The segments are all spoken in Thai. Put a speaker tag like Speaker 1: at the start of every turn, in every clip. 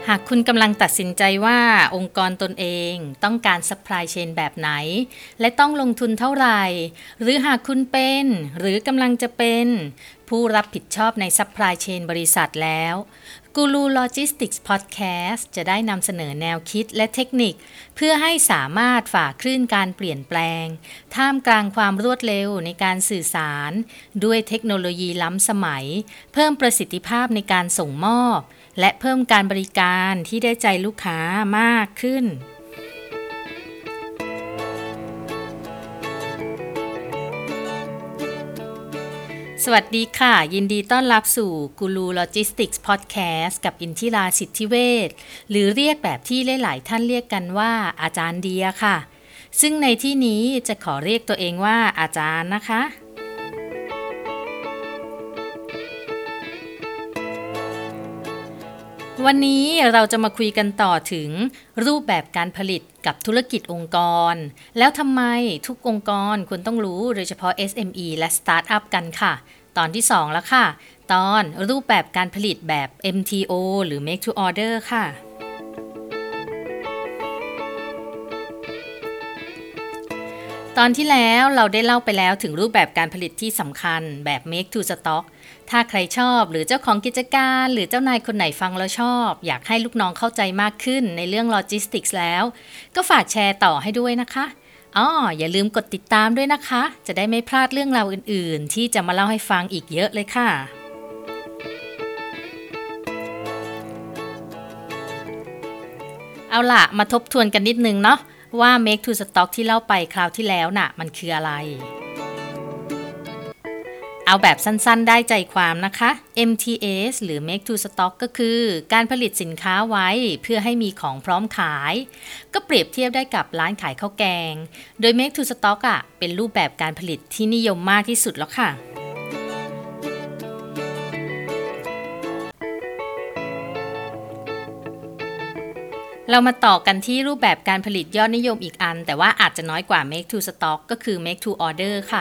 Speaker 1: หากคุณกำลังตัดสินใจว่าองค์กรตนเองต้องการ supply chain แบบไหนและต้องลงทุนเท่าไหร่หรือหากคุณเป็นหรือกำลังจะเป็นผู้รับผิดชอบใน supply chain บริษัทแล้ว Guru Logistics Podcast จะได้นำเสนอแนวคิดและเทคนิคเพื่อให้สามารถฝ่าคลื่นการเปลี่ยนแปลงท่ามกลางความรวดเร็วในการสื่อสารด้วยเทคโนโลยีล้ำสมัยเพิ่มประสิทธิภาพในการส่งมอบและเพิ่มการบริการที่ได้ใจลูกค้ามากขึ้นสวัสดีค่ะยินดีต้อนรับสู่ Guru Logistics Podcast กับอินทิราสิทธิเวชหรือเรียกแบบที่หลายๆท่านเรียกกันว่าอาจารย์เดียค่ะซึ่งในที่นี้จะขอเรียกตัวเองว่าอาจารย์นะคะวันนี้เราจะมาคุยกันต่อถึงรูปแบบการผลิตกับธุรกิจองค์กรแล้วทำไมทุกองค์กรควรต้องรู้โดยเฉพาะ SME และ Startup กันค่ะตอนที่ 2 แล้วค่ะตอนรูปแบบการผลิตแบบ MTO หรือ Make to Order ค่ะตอนที่แล้วเราได้เล่าไปแล้วถึงรูปแบบการผลิตที่สำคัญแบบ Make to Stock ถ้าใครชอบหรือเจ้าของกิจการหรือเจ้านายคนไหนฟังแล้วชอบอยากให้ลูกน้องเข้าใจมากขึ้นในเรื่อง Logistics แล้วก็ฝากแชร์ต่อให้ด้วยนะคะอย่าลืมกดติดตามด้วยนะคะจะได้ไม่พลาดเรื่องราวอื่นๆที่จะมาเล่าให้ฟังอีกเยอะเลยค่ะเอาล่ะมาทบทวนกันนิดนึงเนาะว่า Make to Stock ที่เล่าไปคราวที่แล้วน่ะมันคืออะไรเอาแบบสั้นๆได้ใจความนะคะ MTS หรือ Make to Stock ก็คือการผลิตสินค้าไว้เพื่อให้มีของพร้อมขายก็เปรียบเทียบได้กับร้านขายข้าวแกงโดย Make to Stock เป็นรูปแบบการผลิตที่นิยมมากที่สุดแล้วค่ะเรามาต่อกันที่รูปแบบการผลิตยอดนิยมอีกอันแต่ว่าอาจจะน้อยกว่า Make to Stock ก็คือ Make to Order ค่ะ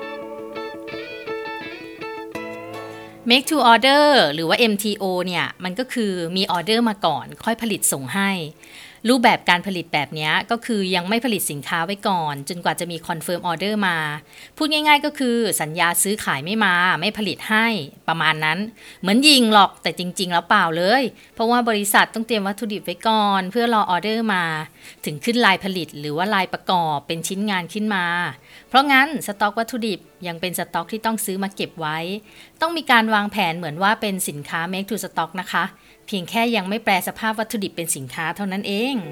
Speaker 1: Make to Order หรือว่า MTO เนี่ยมันก็คือมีออเดอร์มาก่อนค่อยผลิตส่งให้รูปแบบการผลิตแบบนี้ก็คือยังไม่ผลิตสินค้าไว้ก่อนจนกว่าจะมี Confirm Order มาพูดง่ายๆก็คือสัญญาซื้อขายไม่มาไม่ผลิตให้ประมาณนั้นเหมือนยิงหรอกแต่จริงๆแล้วเปล่าเลยเพราะว่าบริษัทต้องเตรียมวัตถุดิบไว้ก่อนเพื่อรอออเดอร์มาถึงขึ้นลายผลิตหรือว่าลายประกอบเป็นชิ้นงานขึ้นมาเพราะงั้นสต็อกวัตถุดิบยังเป็นสต็อกที่ต้องซื้อมาเก็บไว้ต้องมีการวางแผนเหมือนว่าเป็นสินค้า Make to Stock นะคะเพียงแค่ยังไม่แปลสภาพวัตถุดิบเป็นสินค้าเท่านั้นเอง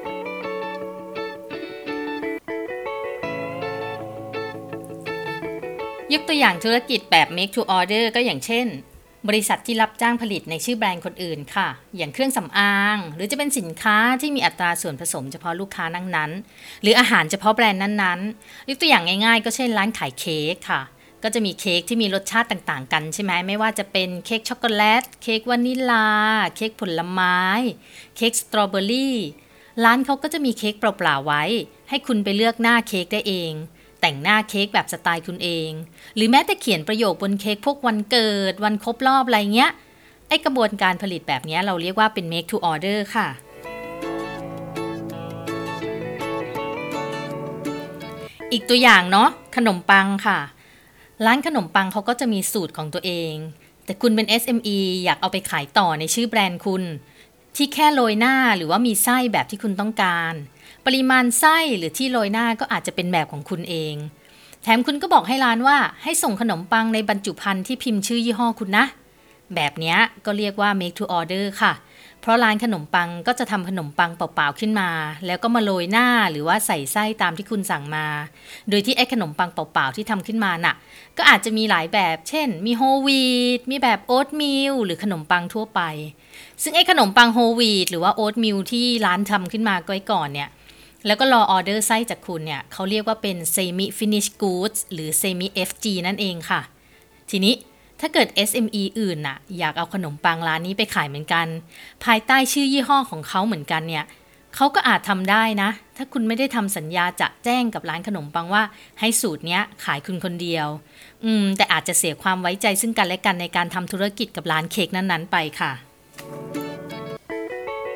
Speaker 1: ยกตัวอย่างธุรกิจแบบ Make to Order ก็อย่างเช่นบริษัทที่รับจ้างผลิตในชื่อแบรนด์คนอื่นค่ะอย่างเครื่องสำอางหรือจะเป็นสินค้าที่มีอัตราส่วนผสมเฉพาะลูกค้านั้นๆหรืออาหารเฉพาะแบรนด์นั้นๆยกตัวอย่างง่ายๆก็เช่นร้านขายเค้กค่ะก็จะมีเค้กที่มีรสชาติต่างๆกันใช่ไหมไม่ว่าจะเป็นเค้กช็อกโกแลตเค้กวานิลลาเค้กผลไม้เค้กสตรอเบอรี่ร้านเขาก็จะมีเค้กเปล่าๆไว้ให้คุณไปเลือกหน้าเค้กได้เองแต่งหน้าเค้กแบบสไตล์คุณเองหรือแม้แต่เขียนประโยคบนเค้กพวกวันเกิดวันครบรอบอะไรเงี้ยไอกระบวนการผลิตแบบนี้เราเรียกว่าเป็น make to order ค่ะอีกตัวอย่างเนาะขนมปังค่ะร้านขนมปังเขาก็จะมีสูตรของตัวเองแต่คุณเป็น SME อยากเอาไปขายต่อในชื่อแบรนด์คุณที่แค่โรยหน้าหรือว่ามีไส้แบบที่คุณต้องการปริมาณไส้หรือที่โรยหน้าก็อาจจะเป็นแบบของคุณเองแถมคุณก็บอกให้ร้านว่าให้ส่งขนมปังในบรรจุภัณฑ์ที่พิมพ์ชื่อยี่ห้อคุณนะแบบนี้ก็เรียกว่า make to order ค่ะเพราะร้านขนมปังก็จะทำขนมปังเปล่าๆขึ้นมาแล้วก็มาโรยหน้าหรือว่าใส่ไส้ตามที่คุณสั่งมาโดยที่ไอ้ขนมปังเปล่าๆที่ทำขึ้นมาน่ะก็อาจจะมีหลายแบบเช่นมีโฮลวีตมีแบบโอ๊ตมิลหรือขนมปังทั่วไปซึ่งไอ้ขนมปังโฮลวีตหรือว่าโอ๊ตมิลที่ร้านทำขึ้นมาไว้ก่อนเนี่ยแล้วก็รอออเดอร์ไส้จากคุณเนี่ยเขาเรียกว่าเป็น semi finished goods หรือ semi FG นั่นเองค่ะทีนี้ถ้าเกิด SME อื่นน่ะอยากเอาขนมปังร้านนี้ไปขายเหมือนกันภายใต้ชื่อยี่ห้อของเขาเหมือนกันเนี่ยเขาก็อาจทำได้นะถ้าคุณไม่ได้ทำสัญญาจะแจ้งกับร้านขนมปังว่าให้สูตรเนี้ยขายคุณคนเดียวแต่อาจจะเสียความไว้ใจซึ่งกันและกันในการทำธุรกิจกับร้านเค้กนั้นๆไปค่ะ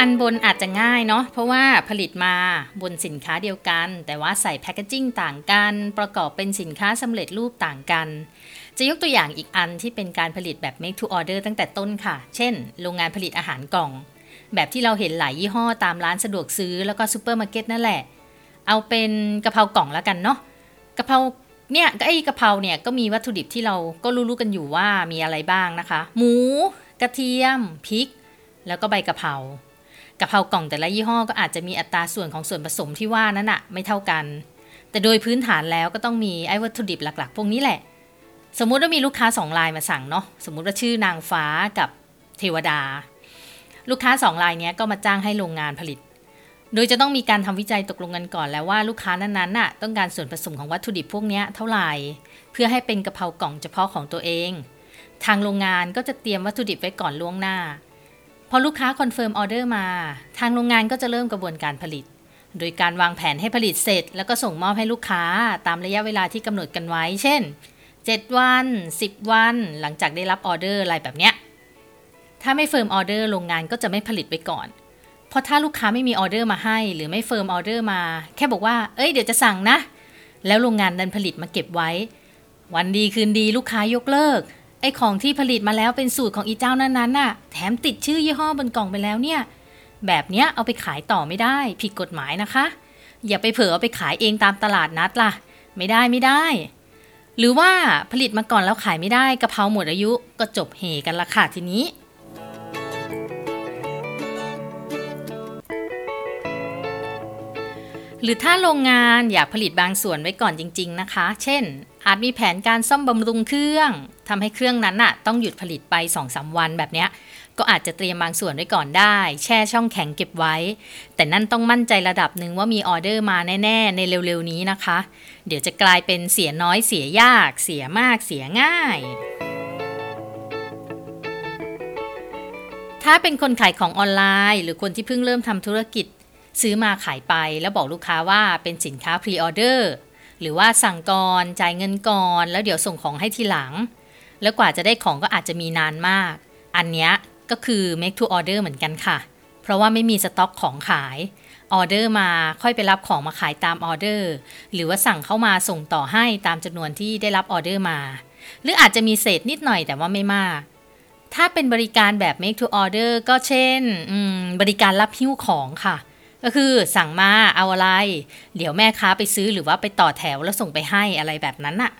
Speaker 1: อันบนอาจจะง่ายเนาะเพราะว่าผลิตมาบนสินค้าเดียวกันแต่ว่าใส่แพคเกจิ้งต่างกันประกอบเป็นสินค้าสำเร็จรูปต่างกันจะยกตัวอย่างอีกอันที่เป็นการผลิตแบบ make to order ตั้งแต่ต้นค่ะเช่นโรงงานผลิตอาหารกล่องแบบที่เราเห็นหลายยี่ห้อตามร้านสะดวกซื้อแล้วก็ซูเปอร์มาร์เก็ตนั่นแหละเอาเป็นกะเพรากล่องแล้วกันเนาะกะเพราเนี่ยไอ้กะเพราเนี่ยก็มีวัตถุดิบที่เราก็รู้ๆกันอยู่ว่ามีอะไรบ้างนะคะหมูกระเทียมพริกแล้วก็ใบกะเพรากะเพรากล่องแต่ละยี่ห้อก็อาจจะมีอัตราส่วนของส่วนผสมที่ว่านั้นอะไม่เท่ากันแต่โดยพื้นฐานแล้วก็ต้องมีไอ้วัตถุดิบหลักๆพวกนี้แหละสมมุติว่ามีลูกค้า2รายมาสั่งเนาะสมมุติว่าชื่อนางฟ้ากับเทวดาลูกค้า2รายนี้ก็มาจ้างให้โรงงานผลิตโดยจะต้องมีการทำวิจัยตกลงกันก่อนแล้วว่าลูกค้านั้นๆน่ะต้องการส่วนผสมของวัตถุดิบพวกนี้เท่าไหร่เพื่อให้เป็นกะเพรากล่องเฉพาะของตัวเองทางโรงงานก็จะเตรียมวัตถุดิบไว้ก่อนล่วงหน้าพอลูกค้าคอนเฟิร์มออเดอร์มาทางโรงงานก็จะเริ่มกระบวนการผลิตโดยการวางแผนให้ผลิตเสร็จแล้วก็ส่งมอบให้ลูกค้าตามระยะเวลาที่กำหนดกันไว้เช่น7วัน10วันหลังจากได้รับออเดอร์อะไรแบบเนี้ยถ้าไม่เฟิร์มออเดอร์โรงงานก็จะไม่ผลิตไว้ก่อนเพราะถ้าลูกค้าไม่มีออเดอร์มาให้หรือไม่เฟิร์มออเดอร์มาแค่บอกว่าเดี๋ยวจะสั่งนะแล้วโรงงานดันผลิตมาเก็บไว้วันดีคืนดีลูกค้ายกเลิกไอ้ของที่ผลิตมาแล้วเป็นสูตรของอีเจ้านั้นๆน่ะแถมติดชื่อยี่ห้อบนกล่องไปแล้วเนี่ยแบบเนี้ยเอาไปขายต่อไม่ได้ผิดกฎหมายนะคะอย่าไปเผลอเอาไปขายเองตามตลาดนัดล่ะไม่ได้หรือว่าผลิตมาก่อนแล้วขายไม่ได้กะเพราหมดอายุก็จบเหกันละค่ะทีนี้หรือถ้าโรงงานอยากผลิตบางส่วนไว้ก่อนจริงๆนะคะเช่นอาจมีแผนการซ่อมบำรุงเครื่องทำให้เครื่องนั้นต้องหยุดผลิตไป 2-3 วันแบบเนี้ยก็อาจจะเตรียมบางส่วนไว้ก่อนได้แช่ช่องแข็งเก็บไว้แต่นั่นต้องมั่นใจระดับหนึ่งว่ามีออเดอร์มาแน่ๆในเร็วๆนี้นะคะเดี๋ยวจะกลายเป็นเสียน้อยเสียยากเสียมากเสียง่ายถ้าเป็นคนขายของออนไลน์หรือคนที่เพิ่งเริ่มทำธุรกิจซื้อมาขายไปแล้วบอกลูกค้าว่าเป็นสินค้าพรีออเดอร์หรือว่าสั่งก่อนจ่ายเงินก่อนแล้วเดี๋ยวส่งของให้ทีหลังแล้วกว่าจะได้ของก็อาจจะมีนานมากอันเนี้ยก็คือ make to order เหมือนกันค่ะเพราะว่าไม่มีสต็อกของขายออเดอร์มาค่อยไปรับของมาขายตามออเดอร์หรือว่าสั่งเข้ามาส่งต่อให้ตามจำนวนที่ได้รับออเดอร์มาหรืออาจจะมีเศษนิดหน่อยแต่ว่าไม่มากถ้าเป็นบริการแบบ make to order ก็เช่นบริการรับหิ้วของค่ะก็คือสั่งมาเอาอะไรเดี๋ยวแม่ค้าไปซื้อหรือว่าไปต่อแถวแล้วส่งไปให้อะไรแบบนั้นน่ะ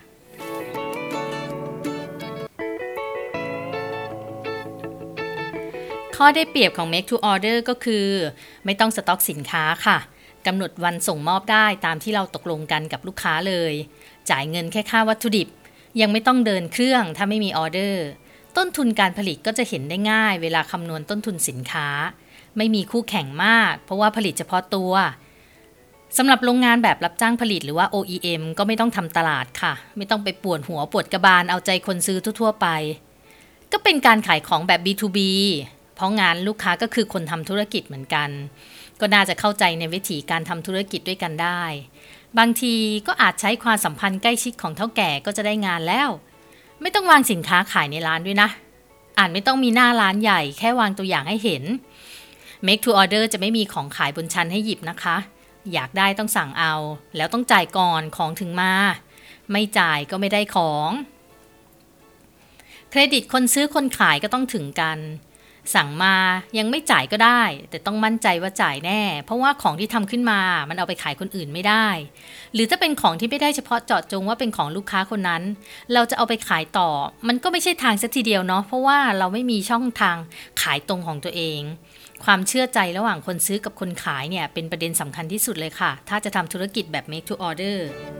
Speaker 1: ข้อได้เปรียบของ make to order ก็คือไม่ต้องสต็อกสินค้าค่ะกำหนดวันส่งมอบได้ตามที่เราตกลงกันกับลูกค้าเลยจ่ายเงินแค่ค่าวัตถุดิบยังไม่ต้องเดินเครื่องถ้าไม่มีออเดอร์ต้นทุนการผลิตก็จะเห็นได้ง่ายเวลาคำนวณต้นทุนสินค้าไม่มีคู่แข่งมากเพราะว่าผลิตเฉพาะตัวสำหรับโรงงานแบบรับจ้างผลิตหรือว่า OEM ก็ไม่ต้องทำตลาดค่ะไม่ต้องไปปวดหัวปวดกระบาลเอาใจคนซื้อทั่วๆไปก็เป็นการขายของแบบ B2B เพราะงานลูกค้าก็คือคนทำธุรกิจเหมือนกันก็น่าจะเข้าใจในวิธีการทำธุรกิจด้วยกันได้บางทีก็อาจใช้ความสัมพันธ์ใกล้ชิดของเฒ่าแก่ก็จะได้งานแล้วไม่ต้องวางสินค้าขายในร้านด้วยนะไม่ต้องมีหน้าร้านใหญ่แค่วางตัวอย่างให้เห็นmake to order จะไม่มีของขายบนชั้นให้หยิบนะคะอยากได้ต้องสั่งเอาแล้วต้องจ่ายก่อนของถึงมาไม่จ่ายก็ไม่ได้ของเครดิตคนซื้อคนขายก็ต้องถึงกันสั่งมายังไม่จ่ายก็ได้แต่ต้องมั่นใจว่าจ่ายแน่เพราะว่าของที่ทำขึ้นมามันเอาไปขายคนอื่นไม่ได้หรือถ้าเป็นของที่ไม่ได้เฉพาะเจาะจงว่าเป็นของลูกค้าคนนั้นเราจะเอาไปขายต่อมันก็ไม่ใช่ทางสักทีเดียวเนาะเพราะว่าเราไม่มีช่องทางขายตรงของตัวเองความเชื่อใจระหว่างคนซื้อกับคนขายเนี่ยเป็นประเด็นสำคัญที่สุดเลยค่ะถ้าจะทำธุรกิจแบบ make to order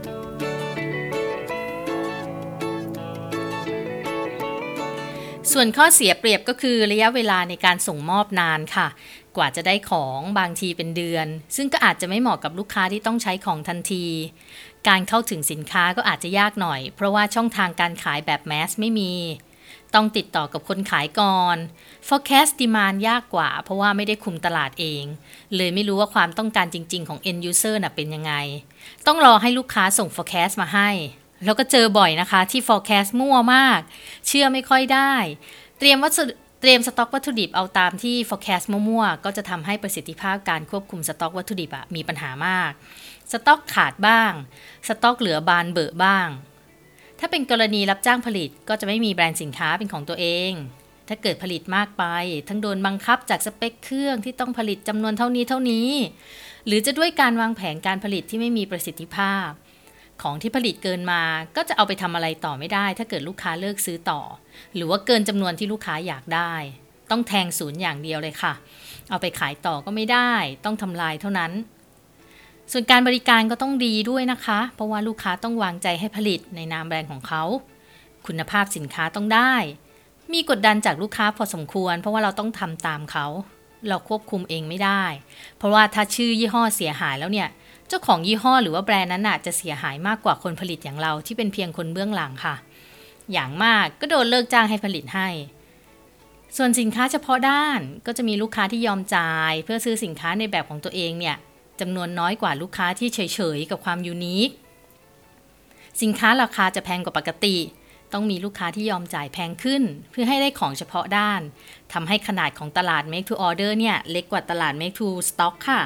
Speaker 1: ส่วนข้อเสียเปรียบก็คือระยะเวลาในการส่งมอบนานค่ะกว่าจะได้ของบางทีเป็นเดือนซึ่งก็อาจจะไม่เหมาะกับลูกค้าที่ต้องใช้ของทันทีการเข้าถึงสินค้าก็อาจจะยากหน่อยเพราะว่าช่องทางการขายแบบแมสไม่มีต้องติดต่อกับคนขายก่อน forecast demand ยากกว่าเพราะว่าไม่ได้คุมตลาดเองเลยไม่รู้ว่าความต้องการจริงๆของ end user น่ะเป็นยังไงต้องรอให้ลูกค้าส่ง forecast มาให้แล้วก็เจอบ่อยนะคะที่ forecast มั่วมากเชื่อไม่ค่อยได้เตรีรียมสต็อกวัตถุดิบเอาตามที่ forecast มั่วๆก็จะทำให้ประสิทธิภาพการควบคุมสต็อกวัตถุดิบมีปัญหามากสต็อกขาดบ้างสต็อกเหลือบานเบอะบ้างถ้าเป็นกรณีรับจ้างผลิตก็จะไม่มีแบรนด์สินค้าเป็นของตัวเองถ้าเกิดผลิตมากไปทั้งโดนบังคับจากสเปคเครื่องที่ต้องผลิตจำนวนเท่านี้หรือจะด้วยการวางแผนการผลิตที่ไม่มีประสิทธิภาพของที่ผลิตเกินมาก็จะเอาไปทำอะไรต่อไม่ได้ถ้าเกิดลูกค้าเลิกซื้อต่อหรือว่าเกินจำนวนที่ลูกค้าอยากได้ต้องแทงศูนย์อย่างเดียวเลยค่ะเอาไปขายต่อก็ไม่ได้ต้องทำลายเท่านั้นส่วนการบริการก็ต้องดีด้วยนะคะเพราะว่าลูกค้าต้องวางใจให้ผลิตในนามแบรนด์ของเขาคุณภาพสินค้าต้องได้มีกดดันจากลูกค้าพอสมควรเพราะว่าเราต้องทำตามเขาเราควบคุมเองไม่ได้เพราะว่าถ้าชื่อยี่ห้อเสียหายแล้วเนี่ยเจ้าของยี่ห้อหรือว่าแบรนด์นั้นจะเสียหายมากกว่าคนผลิตอย่างเราที่เป็นเพียงคนเบื้องหลังค่ะอย่างมากก็โดนเลิกจ้างให้ผลิตให้ส่วนสินค้าเฉพาะด้านก็จะมีลูกค้าที่ยอมจ่ายเพื่อซื้อสินค้าในแบบของตัวเองเนี่ยจำนวนน้อยกว่าลูกค้าที่เฉยๆกับความยูนิคสินค้าราคาจะแพงกว่าปกติต้องมีลูกค้าที่ยอมจ่ายแพงขึ้นเพื่อให้ได้ของเฉพาะด้านทำให้ขนาดของตลาด Make to Order เนี่ยเล็กกว่าตลาด Make to Stock ค่ะ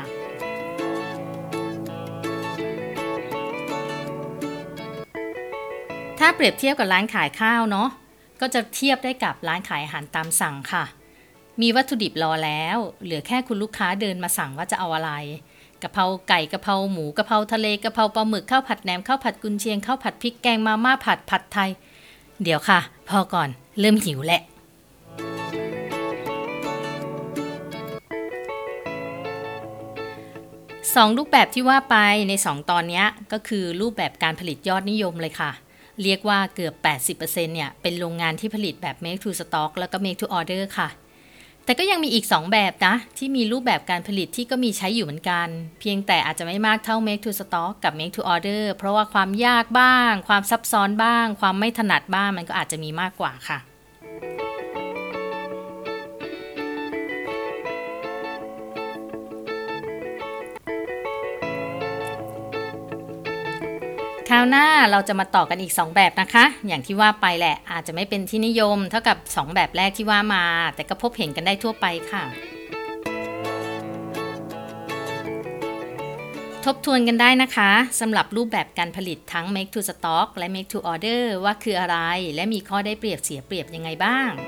Speaker 1: ถ้าเปรียบเทียบกับร้านขายข้าวเนาะก็จะเทียบได้กับร้านขายอาหารตามสั่งค่ะมีวัตถุดิบรอแล้วเหลือแค่คุณลูกค้าเดินมาสั่งว่าจะเอาอะไรกะเพราไก่กะเพราหมูกะเพราทะเลกะเพราปลาหมึกข้าวผัดแหนมข้าวผัดกุนเชียงข้าวผัดพริกแกงมาม่าผัดไทยเดี๋ยวค่ะพอก่อนเริ่มหิวแหละ2รูปแบบที่ว่าไปใน2ตอนนี้ก็คือรูปแบบการผลิตยอดนิยมเลยค่ะเรียกว่าเกือบ 80% เนี่ยเป็นโรงงานที่ผลิตแบบ Make to Stock แล้วก็ Make to Order ค่ะแต่ก็ยังมีอีก2แบบนะที่มีรูปแบบการผลิตที่ก็มีใช้อยู่เหมือนกันเพียงแต่อาจจะไม่มากเท่า Make to Stock กับ Make to Order เพราะว่าความยากบ้างความซับซ้อนบ้างความไม่ถนัดบ้างมันก็อาจจะมีมากกว่าค่ะคราวหน้าเราจะมาต่อกันอีก2แบบนะคะอย่างที่ว่าไปแหละอาจจะไม่เป็นที่นิยมเท่ากับ2แบบแรกที่ว่ามาแต่ก็พบเห็นกันได้ทั่วไปค่ะทบทวนกันได้นะคะสำหรับรูปแบบการผลิตทั้ง Make to Stock และ Make to Order ว่าคืออะไรและมีข้อได้เปรียบเสียเปรียบยังไงบ้าง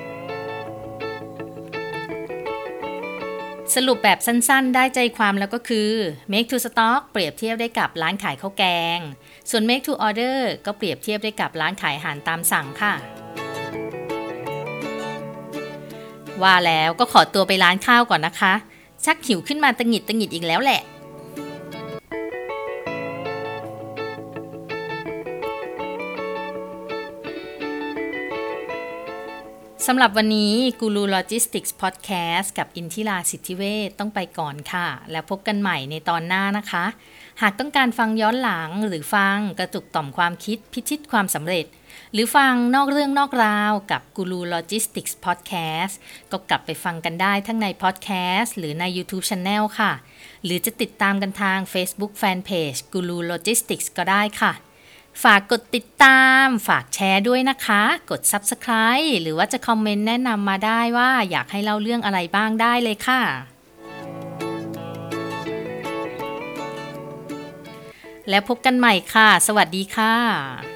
Speaker 1: สรุปแบบสั้นๆได้ใจความแล้วก็คือ Make to Stock เปรียบเทียบได้กับร้านขายข้าวแกงส่วน Make to Order ก็เปรียบเทียบได้กับร้านขายอาหารตามสั่งค่ะว่าแล้วก็ขอตัวไปร้านข้าวก่อนนะคะชักหิวขึ้นมาตะหงิดอีกแล้วแหละสำหรับวันนี้กูรูโลจิสติกส์พอดแคสต์กับอินทิราสิทธิเวชต้องไปก่อนค่ะแล้วพบกันใหม่ในตอนหน้านะคะหากต้องการฟังย้อนหลังหรือฟังกระตุกต่อมความคิดพิชิตความสำเร็จหรือฟังนอกเรื่องนอกราวกับกูรูโลจิสติกส์พอดแคสต์ก็กลับไปฟังกันได้ทั้งในพอดแคสต์หรือใน YouTube Channel ค่ะหรือจะติดตามกันทาง Facebook Fanpage กูรูโลจิสติกส์ก็ได้ค่ะฝากกดติดตามฝากแชร์ด้วยนะคะกด Subscribe หรือว่าจะคอมเมนต์แนะนำมาได้ว่าอยากให้เล่าเรื่องอะไรบ้างได้เลยค่ะแล้วพบกันใหม่ค่ะสวัสดีค่ะ